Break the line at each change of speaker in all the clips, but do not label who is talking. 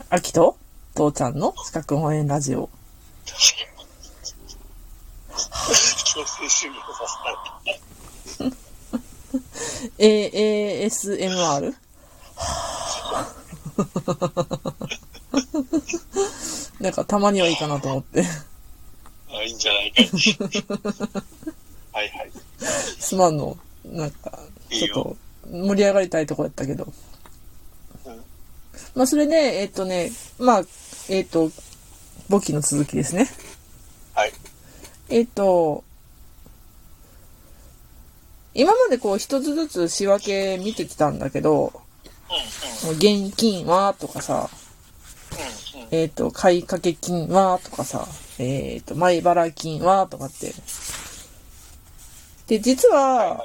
秋と父ちゃんの資格応援ラジオ。
強制終了させたい。
ASMR？ なんかたまにはいいかなと思って。
あ、いいんじゃないかい。はいはい。
すまんの。なんか、ちょっと盛り上がりたいとこやったけど。
うん、
まあそれで、まあ、簿記の続きですね。
はい。
今までこう一つずつ仕分け見てきたんだけど、現金はとかさ、買掛金はとかさ、前払金はとかって。で、実は、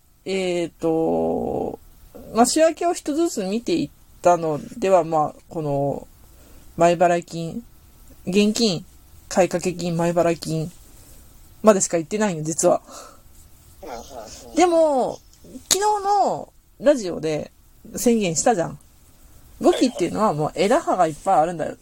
まあ、仕分けを一つずつ見ていったのでは、まあ、この、前払金、現金、買掛金、前払金までしか言ってないよ、実は。でも、昨日のラジオで宣言したじゃん。簿記っていうのはもう枝葉がいっぱいあるんだよって。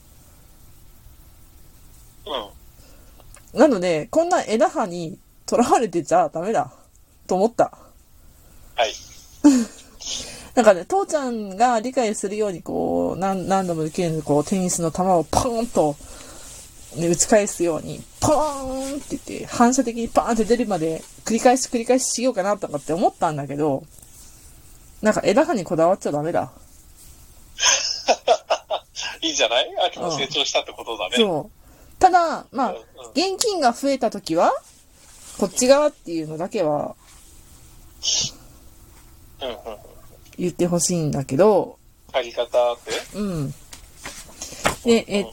なので、こんな枝葉にとらわれてちゃダメだ。と思った。
はい。
なんかね、父ちゃんが理解するようにこう、何度もできるようにこう、テニスの球をポーンと、ね、打ち返すように、ポーンって言って、反射的にパーンって出るまで繰り返ししようかなとかって思ったんだけど、なんか枝葉にこだわっちゃダメだ。
いいんじゃない？秋も成長したってことだね。
そう。ただ、まあ、現金が増えたときは、こっち側っていうのだけは、言ってほしいんだけど、
借り方って？
うん。で、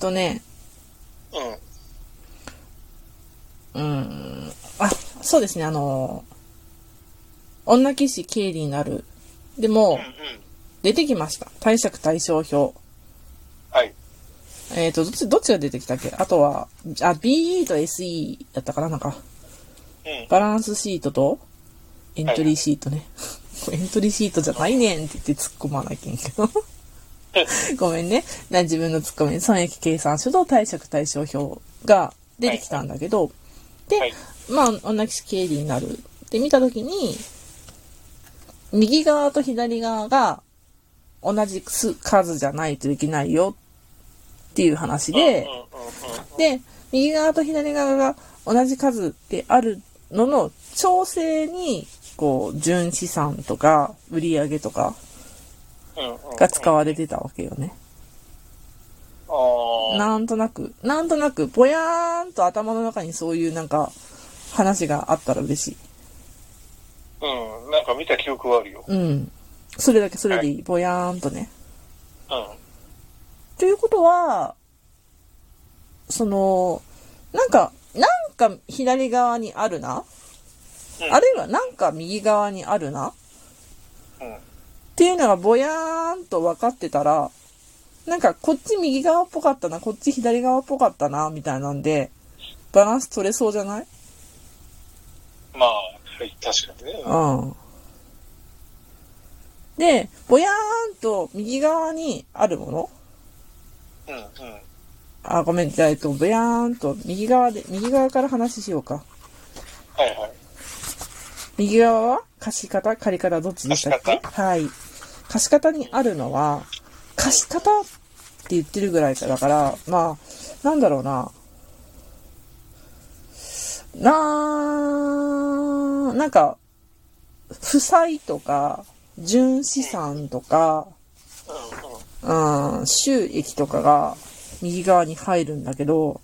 あ、そうですね、女騎士経理になる。でも、出てきました。貸借対照表。
はい。
どっちが出てきたっけ？あとは、BE と SE だったかな、なんか。バランスシートと、エントリーシートね。エントリーシートじゃないねんって言って突っ込まなきゃいけんけど。ごめんね。自分の突っ込み、損益計算書と貸借対照表が出てきたんだけど、で、まあ、女騎士経理になるって見たときに、右側と左側が同じ数じゃないといけないよっていう話で、で、右側と左側が同じ数であるのの調整に、こう、純資産とか、売上とか、が使われてたわけよね。なんとなく、ぼやーんと頭の中にそういうなんか、話があったら嬉しい。
なんか見た記憶はあるよ。
それでいい。ぼやーんとね。ということは、なんか左側にあるな、あるいはなんか右側にあるな、っていうのがぼやーんと分かってたら、なんかこっち右側っぽかったな、こっち左側っぽかったな、みたいなんで、バランス取れそうじゃない？
まあ、はい、確かにね。
で、ぼやーんと右側にあるもの、ごめん、じゃあ、ぼやーんと右側から話しようか。
はいはい。
右側は貸方、借方どっちでしたっけ？はい。貸方にあるのは、貸方って言ってるぐらいだから、まあ、なんだろうな。なんか、負債とか、純資産とか、収益とかが右側に入るんだけど、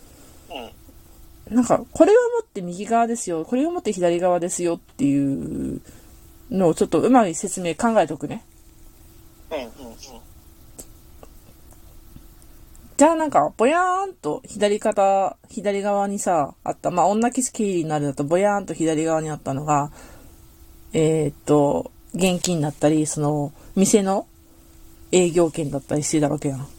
なんか、これをもって右側ですよ、これをもって左側ですよっていうのをちょっとうまい説明考えとくね。じゃあなんか、ぼやーんと左側にさ、あった、まあ、女騎士経理になるだとぼやーんと左側にあったのが、現金だったり、店の営業権だったりしてたわけやん。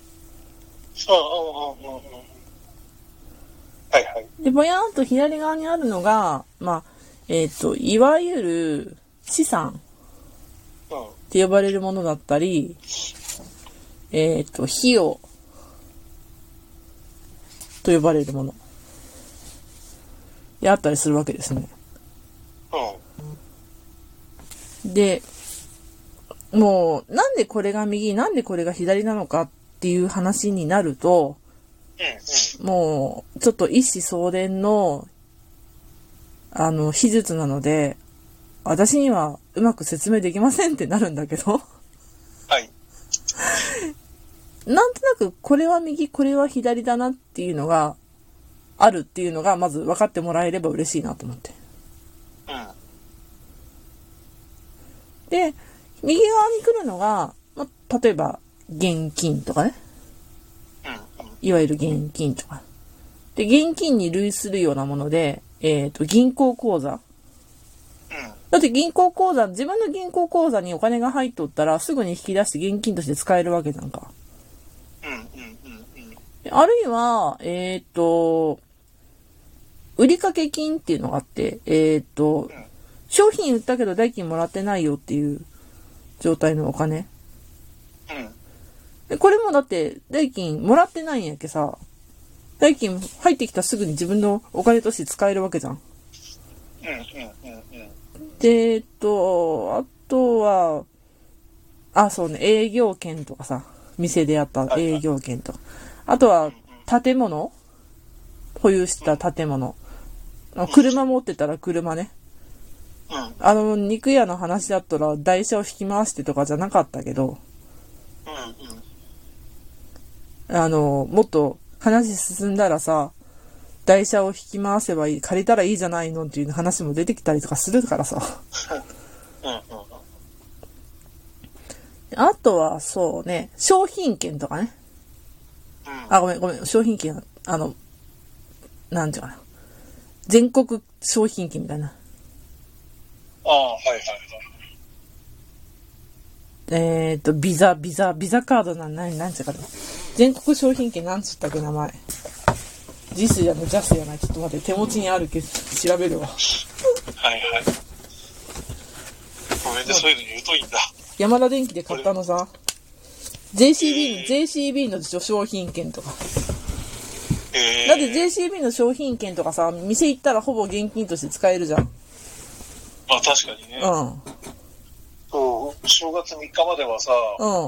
はいはい。
で、ぼやーんと左側にあるのが、まあ、いわゆる資産って呼ばれるものだったり、 費用と呼ばれるものであったりするわけですね。で、もう、なんでこれが右、なんでこれが左なのかっていう話になると、もう、ちょっと一子相伝の、秘術なので、私にはうまく説明できませんってなるんだけど。
はい。
なんとなく、これは右、これは左だなっていうのが、あるっていうのが、まず分かってもらえれば嬉しいなと思って。で、右側に来るのが、例えば、現金とかね。いわゆる現金とか。で、現金に類するようなもので、銀行口座。だって銀行口座、自分の銀行口座にお金が入っとったら、すぐに引き出して現金として使えるわけじゃんか。あるいは、売掛金っていうのがあって、商品売ったけど代金もらってないよっていう状態のお金。これもだって代金もらってないんやけさ、代金入ってきたらすぐに自分のお金として使えるわけじゃん。で、あとは、そうね、営業権とかさ、店であった営業権とか。あとは、建物保有した建物。車持ってたら車ね。肉屋の話だったら台車を引き回してとかじゃなかったけど、もっと話進んだらさ、台車を引き回せばいい、借りたらいいじゃないのっていう話も出てきたりとかするからさ。あとはそうね、商品券とかね。ごめん、商品券、なんていうかな。全国商品券みたいな。ビザカードなんつうかね。全国商品券なんつったっけ名前。ジスやのジャスやない。ちょっと待って、手持ちにあるけど、調べるわ。
ごめんね、そういうのに疎いんだ。
山田電機で買ったのさ。JCB の商品券とか。だって JCB の商品券とかさ、店行ったらほぼ現金として使えるじゃん。
確かにね。そう、正月3日まではさ、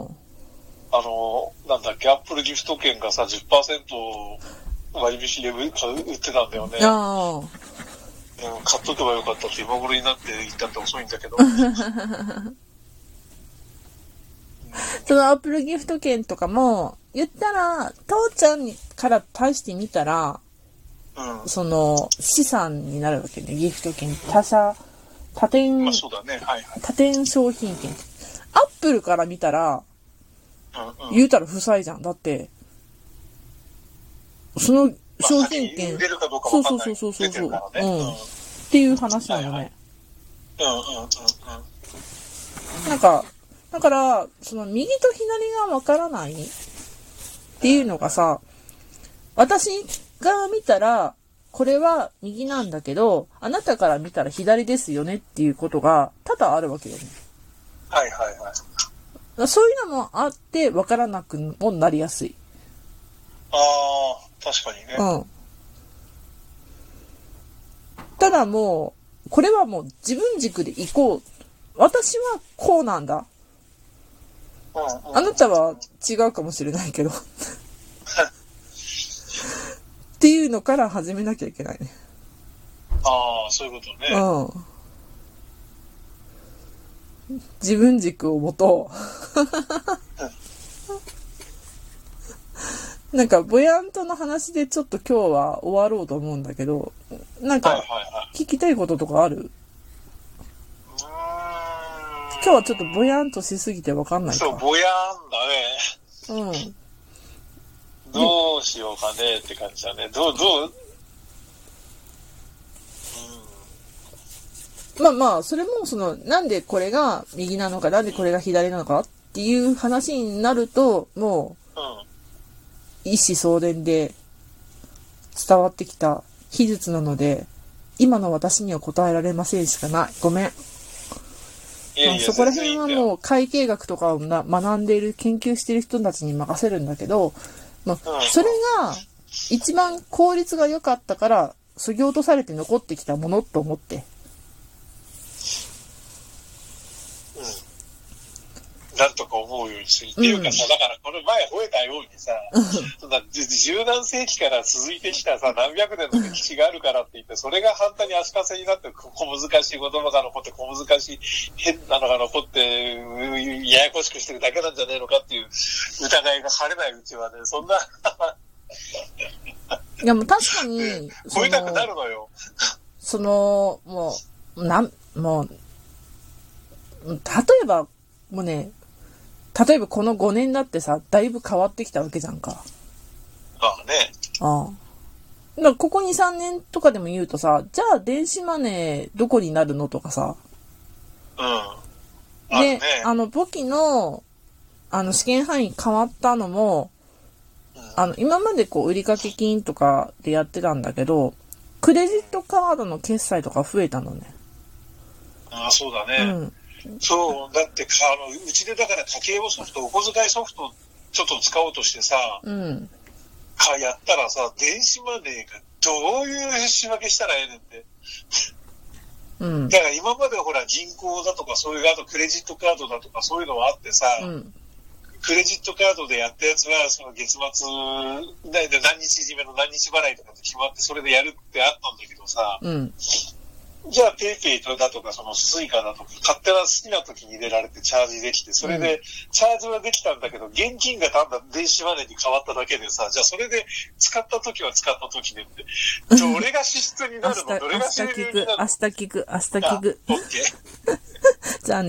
なんだっけ、アップルギフト券がさ、10% 割引で売ってたんだよね。買っとけばよかったって今頃になって言ったって遅いんだけど。
そのアップルギフト券とかも、言ったら、父ちゃんから対してみたら、その、資産になるわけね、ギフト券。他店商品券。アップルから見たら、言うたら負債じゃん。だって、その商品券、そう。っていう話なのね。だから、その右と左がわからないっていうのがさ、私が見たら、これは右なんだけど、あなたから見たら左ですよねっていうことが多々あるわけよね。そういうのもあって、わからなくもなりやすい。
確かにね。
ただもう、これはもう自分軸で行こう。私はこうなんだ。あなたは違うかもしれないけど。っていうのから始めなきゃいけないね。
そういうことね。
自分軸を持とう。なんか、ボヤントの話でちょっと今日は終わろうと思うんだけど、なんか、聞きたいこととかある？今日はちょっとぼやんとしすぎてわかんないか。
そう、ぼやんだね。どうしようかねって感じだね。
それもなんでこれが右なのか、なんでこれが左なのかっていう話になると、もう、一子相伝で伝わってきた秘術なので、今の私には答えられませんしかない。ごめん。 そこら辺はもう会計学とかを学んでいる、研究している人たちに任せるんだけど、それが一番効率が良かったから、削ぎ落とされて残ってきたものと思って。
なんとか思うようにする。っていうかさ、だからこの前吠えたようにさ、十何世紀から続いてきたさ、何百年の歴史があるからって言って、それが反対に足かせになって小難しい言葉が残って、小難しい変なのが残って、ややこしくしてるだけなんじゃねえのかっていう疑いが晴れないうちはね、そんな。
いやもう確かに、
吠えたくなるのよ。
もう、例えば、もうね、例えばこの5年だってさ、だいぶ変わってきたわけじゃんか。
ああね。
ああ。だからここ2、3年とかでも言うとさ、じゃあ電子マネーどこになるのとかさ。
うん。
で、簿記の、試験範囲変わったのも、今までこう、売掛金とかでやってたんだけど、クレジットカードの決済とか増えたのね。
ああ、そうだね。
うん。
そう、だってうちでだから家計簿ソフト、お小遣いソフトちょっと使おうとしてさ、やったらさ、電子マネーがどういう仕分けしたらええねんって。だから今までほら銀行だとかそういう、あとクレジットカードだとかそういうのはあってさ、クレジットカードでやったやつは、その月末、何日締めの何日払いとかって決まってそれでやるってあったんだけどさ、じゃあ、ペイペイだとか、そのスイカだとか、勝手な好きな時に入れられてチャージできて、それで、チャージはできたんだけど、現金が単なる電子マネーに変わっただけでさ、じゃあそれで使った時は使った時でって、どれが支出になるのどれが収入になるの
明日聞く。
オッケー。
じゃあね。